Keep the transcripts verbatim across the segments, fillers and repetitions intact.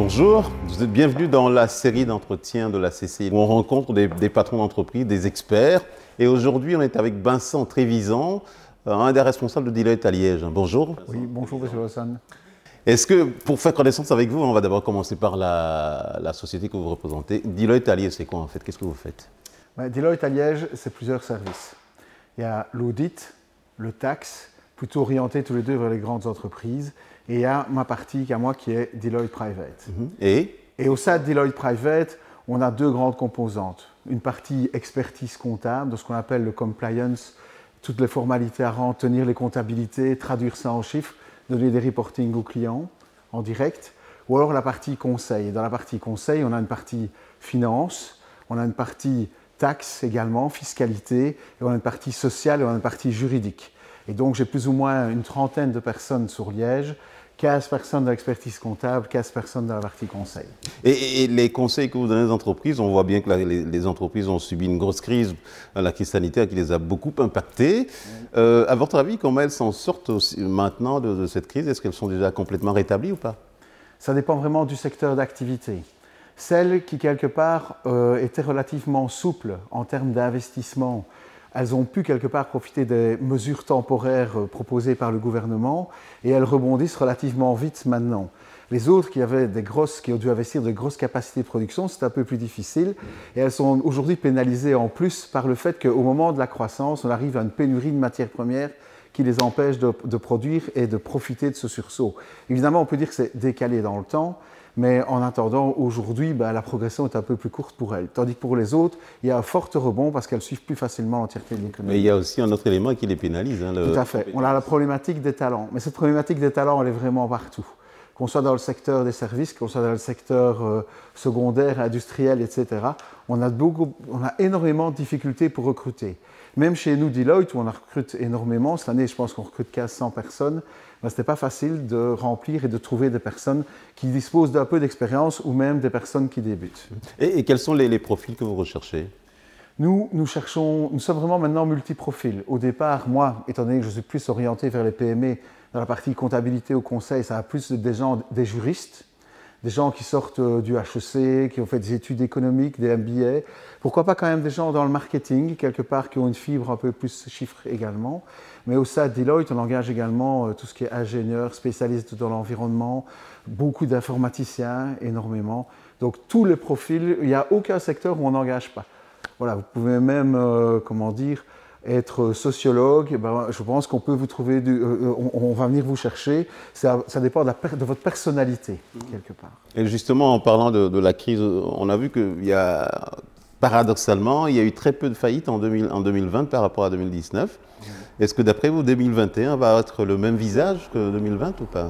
Bonjour, vous êtes bienvenue dans la série d'entretiens de la C C I où on rencontre des, des patrons d'entreprise, des experts. Et aujourd'hui, on est avec Vincent Trévisan, un des responsables de Deloitte à Liège. Bonjour. Oui, bonjour Monsieur Lawson. Est-ce que, pour faire connaissance avec vous, on va d'abord commencer par la, la société que vous représentez. Deloitte à Liège, c'est quoi en fait? Qu'est-ce que vous faites? Ben, Deloitte à Liège, c'est plusieurs services. Il y a l'audit, le taxe, plutôt orienté tous les deux vers les grandes entreprises. Et il y a ma partie, qui à moi, qui est Deloitte Private. Mm-hmm. Et Et au sein de Deloitte Private, on a deux grandes composantes. Une partie expertise comptable, de ce qu'on appelle le compliance, toutes les formalités à rendre, tenir les comptabilités, traduire ça en chiffres, donner des reporting aux clients en direct. Ou alors la partie conseil. Et dans la partie conseil, on a une partie finance, on a une partie taxe également, fiscalité, et on a une partie sociale et on a une partie juridique. Et donc j'ai plus ou moins une trentaine de personnes sur Liège, quinze personnes dans l'expertise comptable, quinze personnes dans la partie conseil. Et, et les conseils que vous donnez aux entreprises, on voit bien que la, les, les entreprises ont subi une grosse crise, la crise sanitaire qui les a beaucoup impactées. Euh, à votre avis, comment elles s'en sortent aussi maintenant de, de cette crise? Est-ce qu'elles sont déjà complètement rétablies ou pas? Ça dépend vraiment du secteur d'activité. Celles qui, quelque part, euh, étaient relativement souples en termes d'investissement, elles ont pu quelque part profiter des mesures temporaires proposées par le gouvernement et elles rebondissent relativement vite maintenant. Les autres qui avaient des grosses, qui ont dû investir de grosses capacités de production, c'est un peu plus difficile et elles sont aujourd'hui pénalisées en plus par le fait qu'au moment de la croissance, on arrive à une pénurie de matières premières qui les empêche de, de produire et de profiter de ce sursaut. Évidemment, on peut dire que c'est décalé dans le temps, mais en attendant, aujourd'hui, ben, la progression est un peu plus courte pour elles. Tandis que pour les autres, il y a un fort rebond parce qu'elles suivent plus facilement l'entièreté de l'économie. Mais il y a aussi un autre élément qui les pénalise. Hein, le... Tout à fait. On a la problématique des talents. Mais cette problématique des talents, elle est vraiment partout. Qu'on soit dans le secteur des services, qu'on soit dans le secteur euh, secondaire, industriel, et cetera. On a, beaucoup, on a énormément de difficultés pour recruter. Même chez nous, Deloitte, où on recrute énormément, cette année, je pense qu'on recrute quinze cents personnes, ben, ce n'était pas facile de remplir et de trouver des personnes qui disposent d'un peu d'expérience ou même des personnes qui débutent. Et, et quels sont les, les profils que vous recherchez? Nous, nous cherchons, nous sommes vraiment maintenant multiprofils. Au départ, moi, étant donné que je suis plus orienté vers les P M E, dans la partie comptabilité au conseil, ça a plus des gens, des juristes, des gens qui sortent du H E C, qui ont fait des études économiques, des M B A. Pourquoi pas quand même des gens dans le marketing, quelque part, qui ont une fibre un peu plus chiffre également. Mais au sein de Deloitte, on engage également tout ce qui est ingénieur, spécialiste dans l'environnement, beaucoup d'informaticiens, énormément. Donc tous les profils, il n'y a aucun secteur où on n'engage pas. Voilà, vous pouvez même, euh, comment dire, être sociologue, ben, je pense qu'on peut vous trouver, du, euh, on, on va venir vous chercher, ça, ça dépend de, la, de votre personnalité, quelque part. Et justement, en parlant de, de la crise, on a vu qu'il y a, paradoxalement, il y a eu très peu de faillites en, deux mille, en deux mille vingt par rapport à deux mille dix-neuf. Mmh. Est-ce que d'après vous, deux mille vingt et un va être le même visage que deux mille vingt ou pas?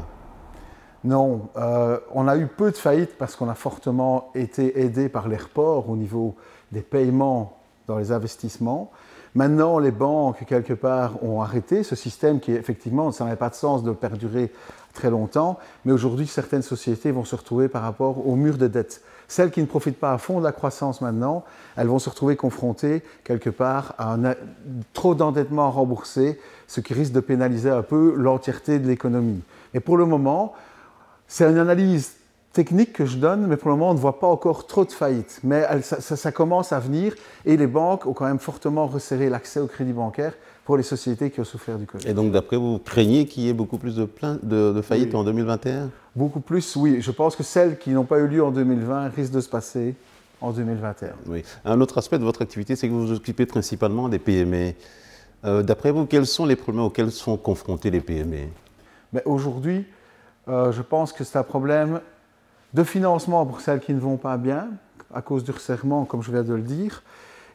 Non, euh, on a eu peu de faillites parce qu'on a fortement été aidé par les reports au niveau des paiements dans les investissements. Maintenant, les banques, quelque part, ont arrêté ce système qui, effectivement, ça n'avait pas de sens de perdurer très longtemps. Mais aujourd'hui, certaines sociétés vont se retrouver par rapport au mur de dette. Celles qui ne profitent pas à fond de la croissance maintenant, elles vont se retrouver confrontées, quelque part, à un, trop d'endettement à rembourser, ce qui risque de pénaliser un peu l'entièreté de l'économie. Et pour le moment, c'est une analyse technique que je donne, mais pour le moment, on ne voit pas encore trop de faillites. Mais elle, ça, ça, ça commence à venir et les banques ont quand même fortement resserré l'accès au crédit bancaire pour les sociétés qui ont souffert du Covid. Et donc, d'après vous, craignez qu'il y ait beaucoup plus de, plein, de, de faillites oui. en deux mille vingt et un? Beaucoup plus, oui. Je pense que celles qui n'ont pas eu lieu en deux mille vingt risquent de se passer en deux mille vingt et un. Oui. Un autre aspect de votre activité, c'est que vous vous occupez principalement des P M E. Euh, d'après vous, quels sont les problèmes auxquels sont confrontés les P M E? Mais aujourd'hui, euh, je pense que c'est un problème de financement pour celles qui ne vont pas bien, à cause du resserrement, comme je viens de le dire.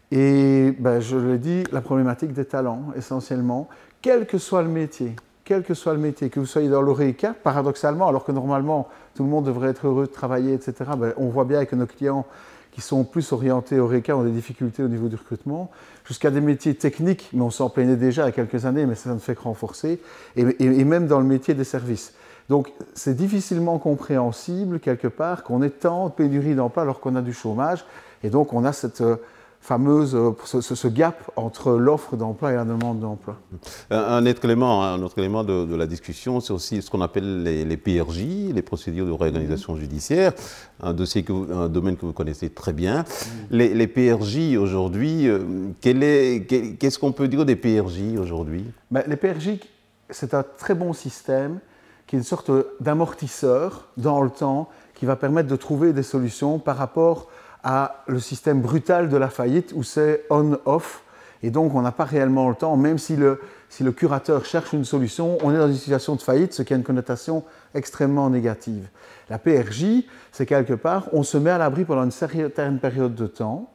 Et ben, je l'ai dit, la problématique des talents, essentiellement, quel que soit le métier, quel que soit le métier, que vous soyez dans l'ORECA, paradoxalement, alors que normalement, tout le monde devrait être heureux de travailler, et cetera, ben, on voit bien que nos clients qui sont plus orientés ORECA ont des difficultés au niveau du recrutement, jusqu'à des métiers techniques, mais on s'en plaignait déjà il y a quelques années, mais ça ne fait que renforcer, et, et, et même dans le métier des services. Donc, c'est difficilement compréhensible, quelque part, qu'on ait tant de pénurie d'emplois alors qu'on a du chômage. Et donc, on a cette, fameuse, euh, ce, ce gap entre l'offre d'emploi et la demande d'emploi. Un, un autre élément, un autre élément de, de la discussion, c'est aussi ce qu'on appelle les, les P R J, les procédures de réorganisation mmh. judiciaire, un, dossier que vous, un domaine que vous connaissez très bien. Mmh. Les, les P R J aujourd'hui, euh, quel est, quel, qu'est-ce qu'on peut dire des P R J aujourd'hui? Ben, les P R J, c'est un très bon système qui est une sorte d'amortisseur dans le temps qui va permettre de trouver des solutions par rapport à le système brutal de la faillite où c'est on-off et donc on n'a pas réellement le temps, même si le, si le curateur cherche une solution, on est dans une situation de faillite, ce qui a une connotation extrêmement négative. La P R J, c'est quelque part, on se met à l'abri pendant une certaine période de temps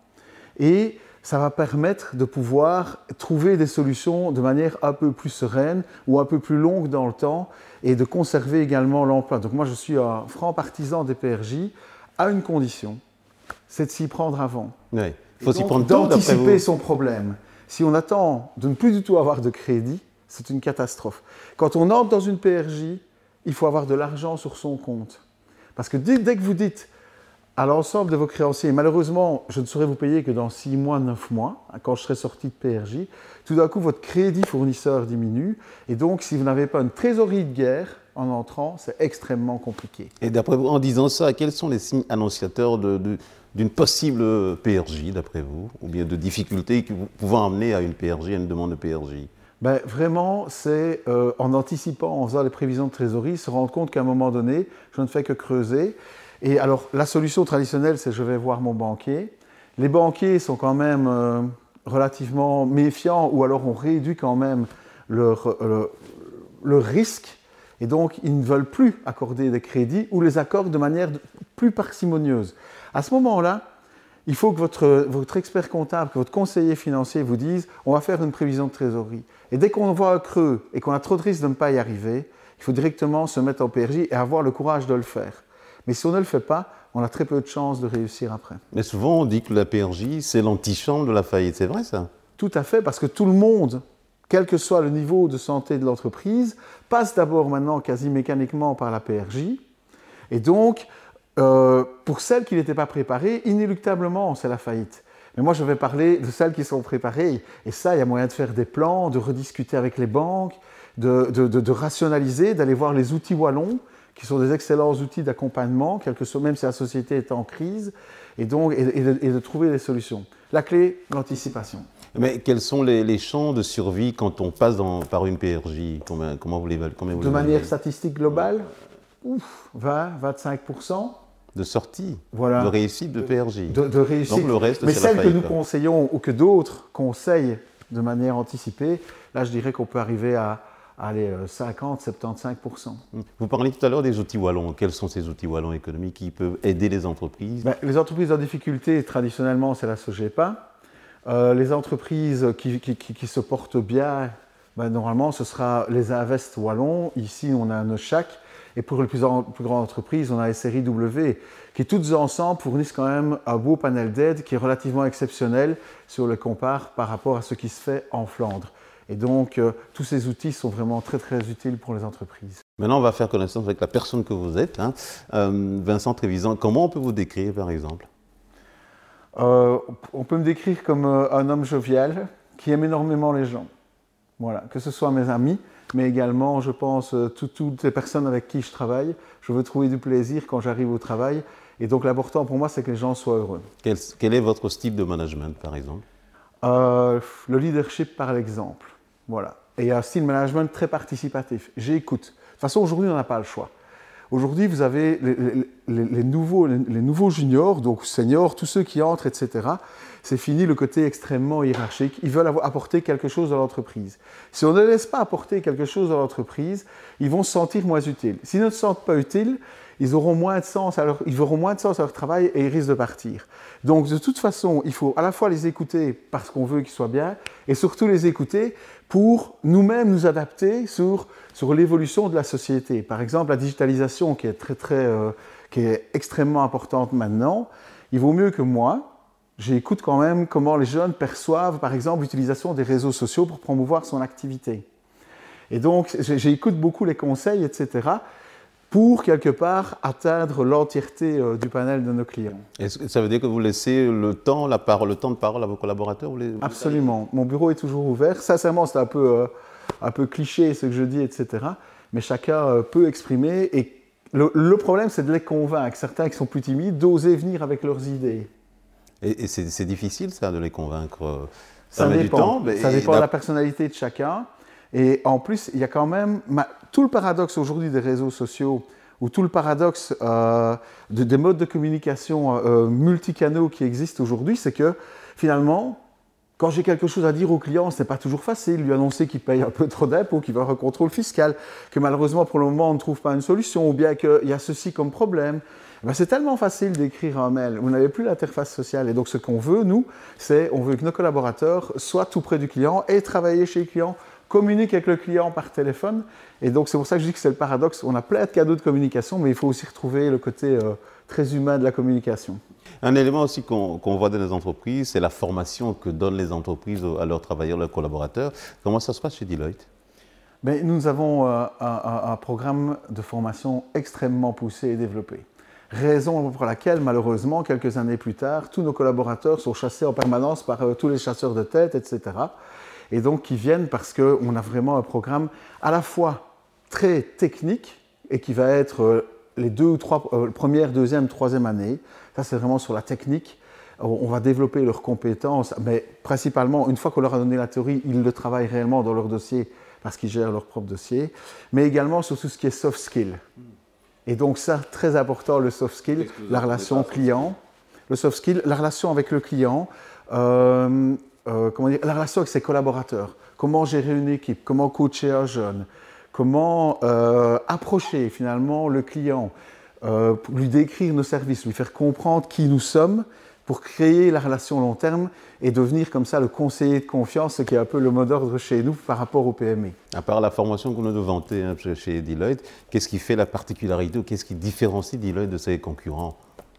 et ça va permettre de pouvoir trouver des solutions de manière un peu plus sereine ou un peu plus longue dans le temps et de conserver également l'emploi. Donc moi je suis un franc partisan des P R J à une condition, c'est de s'y prendre avant. Oui. Il faut s'y prendre tôt, d'anticiper son problème. Si on attend de ne plus du tout avoir de crédit, c'est une catastrophe. Quand on entre dans une P R J, il faut avoir de l'argent sur son compte. Parce que dès, dès que vous dites à l'ensemble de vos créanciers, malheureusement, je ne saurais vous payer que dans six mois, neuf mois, quand je serai sorti de P R J, tout d'un coup, votre crédit fournisseur diminue. Et donc, si vous n'avez pas une trésorerie de guerre en entrant, c'est extrêmement compliqué. Et d'après vous, en disant ça, quels sont les signes annonciateurs de, de, d'une possible P R J, d'après vous, ou bien de difficultés qui pouvant amener à une P R J, à une demande de P R J? Ben, vraiment, c'est euh, en anticipant, en faisant les prévisions de trésorerie, se rendre compte qu'à un moment donné, je ne fais que creuser. Et alors, la solution traditionnelle, c'est je vais voir mon banquier. Les banquiers sont quand même euh, relativement méfiants ou alors on réduit quand même leur, leur, leur risque. Et donc, ils ne veulent plus accorder des crédits ou les accordent de manière plus parcimonieuse. À ce moment-là, il faut que votre, votre expert comptable, que votre conseiller financier vous dise « on va faire une prévision de trésorerie ». Et dès qu'on voit un creux et qu'on a trop de risques de ne pas y arriver, il faut directement se mettre en P R J et avoir le courage de le faire. Mais si on ne le fait pas, on a très peu de chances de réussir après. Mais souvent, on dit que la P R J, c'est l'antichambre de la faillite. C'est vrai, ça? Tout à fait, parce que tout le monde, quel que soit le niveau de santé de l'entreprise, passe d'abord maintenant quasi mécaniquement par la P R J. Et donc, euh, pour celles qui n'étaient pas préparées, inéluctablement, c'est la faillite. Mais moi, je vais parler de celles qui sont préparées. Et ça, il y a moyen de faire des plans, de rediscuter avec les banques, de, de, de, de rationaliser, d'aller voir les outils wallons, qui sont des excellents outils d'accompagnement, quel que soit, même si la société est en crise, et, donc, et, et, de, et de trouver des solutions. La clé, l'anticipation. Mais quels sont les, les champs de survie quand on passe dans, par une P R J? Comment, comment vous l'évaluez? De manière statistique globale, ouf, vingt à vingt-cinq pour cent. De sortie, voilà. de réussite de P R J. De, de réussite. Donc le reste, mais c'est celles la que faillite, nous conseillons ou que d'autres conseillent de manière anticipée, là je dirais qu'on peut arriver à allez, cinquante à soixante-quinze pour cent. Vous parliez tout à l'heure des outils wallons. Quels sont ces outils wallons économiques qui peuvent aider les entreprises? Ben, les entreprises en difficulté, traditionnellement, c'est la SOGEPA. Euh, les entreprises qui, qui, qui, qui se portent bien, ben, normalement, ce sera les Invest wallons. Ici, on a Neuchac. Et pour les plus, en, plus grandes entreprises, on a les S R I W, qui toutes ensemble fournissent quand même un beau panel d'aide qui est relativement exceptionnel si on le compare par rapport à ce qui se fait en Flandre. Et donc, euh, tous ces outils sont vraiment très, très utiles pour les entreprises. Maintenant, on va faire connaissance avec la personne que vous êtes. Hein. Euh, Vincent Trévisan, comment on peut vous décrire, par exemple? euh, On peut me décrire comme euh, un homme jovial qui aime énormément les gens. Voilà, que ce soit mes amis, mais également, je pense, euh, tout, toutes les personnes avec qui je travaille. Je veux trouver du plaisir quand j'arrive au travail. Et donc, l'important pour moi, c'est que les gens soient heureux. Quel, quel est votre style de management, par exemple? euh, Le leadership par l'exemple. Voilà. Et un style management très participatif. J'écoute. De toute façon, aujourd'hui, on n'a pas le choix. Aujourd'hui, vous avez les, les, les, les, nouveaux, les, les nouveaux juniors, donc seniors, tous ceux qui entrent, et cetera. C'est fini le côté extrêmement hiérarchique. Ils veulent avoir, apporter quelque chose dans l'entreprise. Si on ne laisse pas apporter quelque chose dans l'entreprise, ils vont se sentir moins utiles. S'ils ne se sentent pas utiles, ils auront moins de sens à leur, ils auront moins de sens à leur travail et ils risquent de partir. Donc, de toute façon, il faut à la fois les écouter parce qu'on veut qu'ils soient bien et surtout les écouter pour nous-mêmes nous adapter sur, sur l'évolution de la société. Par exemple, la digitalisation qui est, très, très, euh, qui est extrêmement importante maintenant, il vaut mieux que moi, j'écoute quand même comment les jeunes perçoivent, par exemple, l'utilisation des réseaux sociaux pour promouvoir son activité. Et donc, j'écoute beaucoup les conseils, et cetera. pour quelque part atteindre l'entièreté euh, du panel de nos clients. Est-ce que ça veut dire que vous laissez le temps, la parole, le temps de parole à vos collaborateurs? Vous les... Absolument. Mon bureau est toujours ouvert. Sincèrement, c'est un peu, euh, un peu cliché ce que je dis, et cetera. Mais chacun euh, peut exprimer. Et le, le problème, c'est de les convaincre. Certains qui sont plus timides, d'oser venir avec leurs idées. Et, et c'est difficile, ça, de les convaincre? Ça, ça met dépend. Du temps, mais... Ça dépend de la personnalité de chacun. Et en plus, il y a quand même tout le paradoxe aujourd'hui des réseaux sociaux, ou tout le paradoxe euh, de, des modes de communication euh, multicanaux qui existent aujourd'hui, c'est que finalement, quand j'ai quelque chose à dire au client, ce n'est pas toujours facile. Lui annoncer qu'il paye un peu trop d'impôts, qu'il va avoir un contrôle fiscal, que malheureusement pour le moment on ne trouve pas une solution, ou bien qu'il y a ceci comme problème. Ben, c'est tellement facile d'écrire un mail. Vous n'avez plus l'interface sociale. Et donc ce qu'on veut, nous, c'est on veut que nos collaborateurs soient tout près du client et travailler chez le client, communiquent avec le client par téléphone. Et donc c'est pour ça que je dis que c'est le paradoxe. On a plein de cadeaux de communication, mais il faut aussi retrouver le côté euh, très humain de la communication. Un élément aussi qu'on qu'on voit dans les entreprises, c'est la formation que donnent les entreprises à leurs travailleurs, leurs collaborateurs. Comment ça se passe chez Deloitte? Mais nous avons euh, un, un, un programme de formation extrêmement poussé et développé. Raison pour laquelle, malheureusement, quelques années plus tard, tous nos collaborateurs sont chassés en permanence par euh, tous les chasseurs de tête, et cetera. Et donc, qui viennent parce qu'on a vraiment un programme à la fois très technique et qui va être euh, les deux ou trois euh, premières, deuxième, troisième années. Ça, c'est vraiment sur la technique. On va développer leurs compétences, mais principalement, une fois qu'on leur a donné la théorie, ils le travaillent réellement dans leur dossier parce qu'ils gèrent leur propre dossier, mais également sur tout ce qui est soft skill. Et donc ça, très important, le soft skill, la relation client, le soft skill, la relation avec le client, euh, euh, comment dire, la relation avec ses collaborateurs, comment gérer une équipe, comment coacher un jeune, comment euh, approcher finalement le client, euh, pour lui décrire nos services, lui faire comprendre qui nous sommes, pour créer la relation long terme et devenir comme ça le conseiller de confiance, ce qui est un peu le mot d'ordre chez nous par rapport au P M E. À part la formation que vous nous vantez hein, chez Deloitte, qu'est-ce qui fait la particularité ou qu'est-ce qui différencie Deloitte de ses concurrents,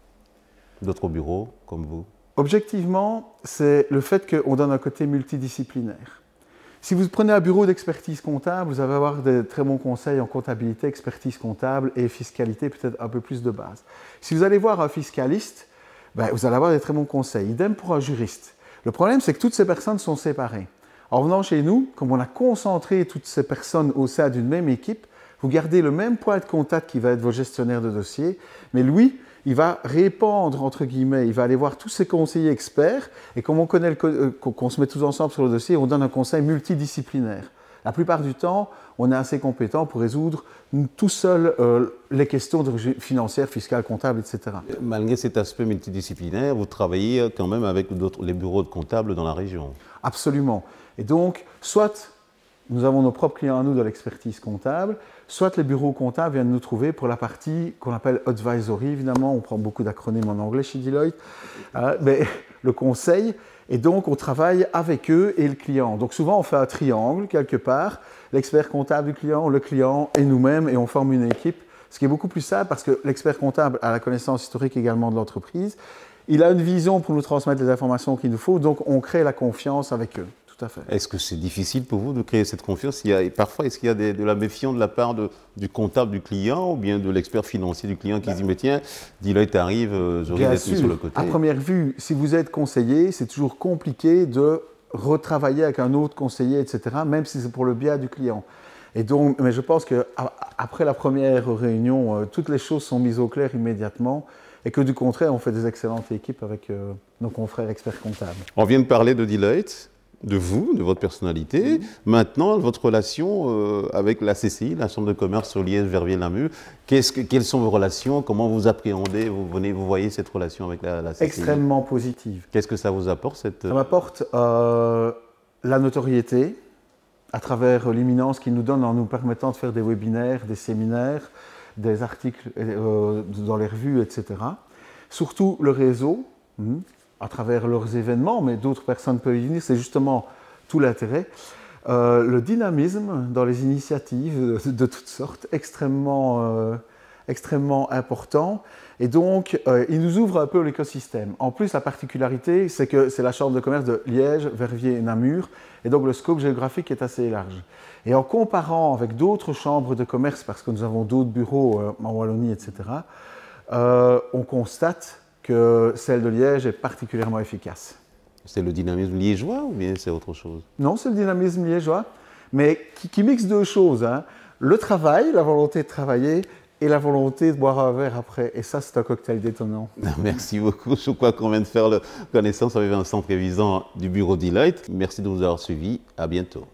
d'autres bureaux comme vous? Objectivement, c'est le fait qu'on donne un côté multidisciplinaire. Si vous prenez un bureau d'expertise comptable, vous allez avoir des très bons conseils en comptabilité, expertise comptable et fiscalité, peut-être un peu plus de base. Si vous allez voir un fiscaliste, ben, vous allez avoir des très bons conseils. Idem pour un juriste. Le problème, c'est que toutes ces personnes sont séparées. En venant chez nous, comme on a concentré toutes ces personnes au sein d'une même équipe, vous gardez le même point de contact qui va être votre gestionnaire de dossier, mais lui, il va répandre, entre guillemets, il va aller voir tous ses conseillers experts, et comme on connaît, le, qu'on se met tous ensemble sur le dossier, on donne un conseil multidisciplinaire. La plupart du temps, on est assez compétent pour résoudre tout seul euh, les questions de financières, fiscales, comptables, et cetera. Malgré cet aspect multidisciplinaire, vous travaillez quand même avec les bureaux de comptables dans la région. Absolument. Et donc, soit nous avons nos propres clients à nous de l'expertise comptable, soit les bureaux comptables viennent nous trouver pour la partie qu'on appelle advisory, évidemment, on prend beaucoup d'acronymes en anglais chez Deloitte, euh, mais le conseil. Et donc, on travaille avec eux et le client. Donc, souvent, on fait un triangle quelque part, l'expert comptable du client, le client et nous-mêmes, et on forme une équipe, ce qui est beaucoup plus simple parce que l'expert comptable a la connaissance historique également de l'entreprise. Il a une vision pour nous transmettre les informations qu'il nous faut, donc on crée la confiance avec eux. Tout à fait. Est-ce que c'est difficile pour vous de créer cette confiance? Il y a, parfois, est-ce qu'il y a des, de la méfiance de la part de, du comptable du client ou bien de l'expert financier du client qui ben, dit « mais tiens, Deloitte arrive, j'aurais d'être mis sur le côté ». À première vue, si vous êtes conseiller, c'est toujours compliqué de retravailler avec un autre conseiller, et cetera, même si c'est pour le bien du client. Et donc, mais je pense qu'après la première réunion, euh, toutes les choses sont mises au clair immédiatement et que du contraire, on fait des excellentes équipes avec euh, nos confrères experts comptables. On vient de parler de Deloitte, de vous, de votre personnalité. Mmh. Maintenant, votre relation euh, avec la C C I, la Chambre de commerce sur Liège-Verviers-Namur, qu'est-ce que, quelles sont vos relations? Comment vous appréhendez, vous, venez, vous voyez cette relation avec la, la C C I? Extrêmement positive. Qu'est-ce que ça vous apporte cette... Ça m'apporte euh, la notoriété à travers l'imminence qu'ils nous donnent en nous permettant de faire des webinaires, des séminaires, des articles euh, dans les revues, et cetera. Surtout le réseau, hmm, à travers leurs événements, mais d'autres personnes peuvent y venir, c'est justement tout l'intérêt. Euh, le dynamisme dans les initiatives de, de toutes sortes, extrêmement euh, extrêmement important. Et donc, euh, il nous ouvre un peu l'écosystème. En plus, la particularité, c'est que c'est la chambre de commerce de Liège, Verviers et Namur. Et donc, le scope géographique est assez large. Et en comparant avec d'autres chambres de commerce, parce que nous avons d'autres bureaux euh, en Wallonie, et cetera, euh, on constate que celle de Liège est particulièrement efficace. C'est le dynamisme liégeois ou bien c'est autre chose? Non, c'est le dynamisme liégeois, mais qui, qui mixe deux choses, hein. Le travail, la volonté de travailler, et la volonté de boire un verre après. Et ça, c'est un cocktail détonnant. Merci beaucoup. Je crois qu'on vient de faire le connaissance avec Vincent Trévisan du bureau Delight. Merci de nous avoir suivis. À bientôt.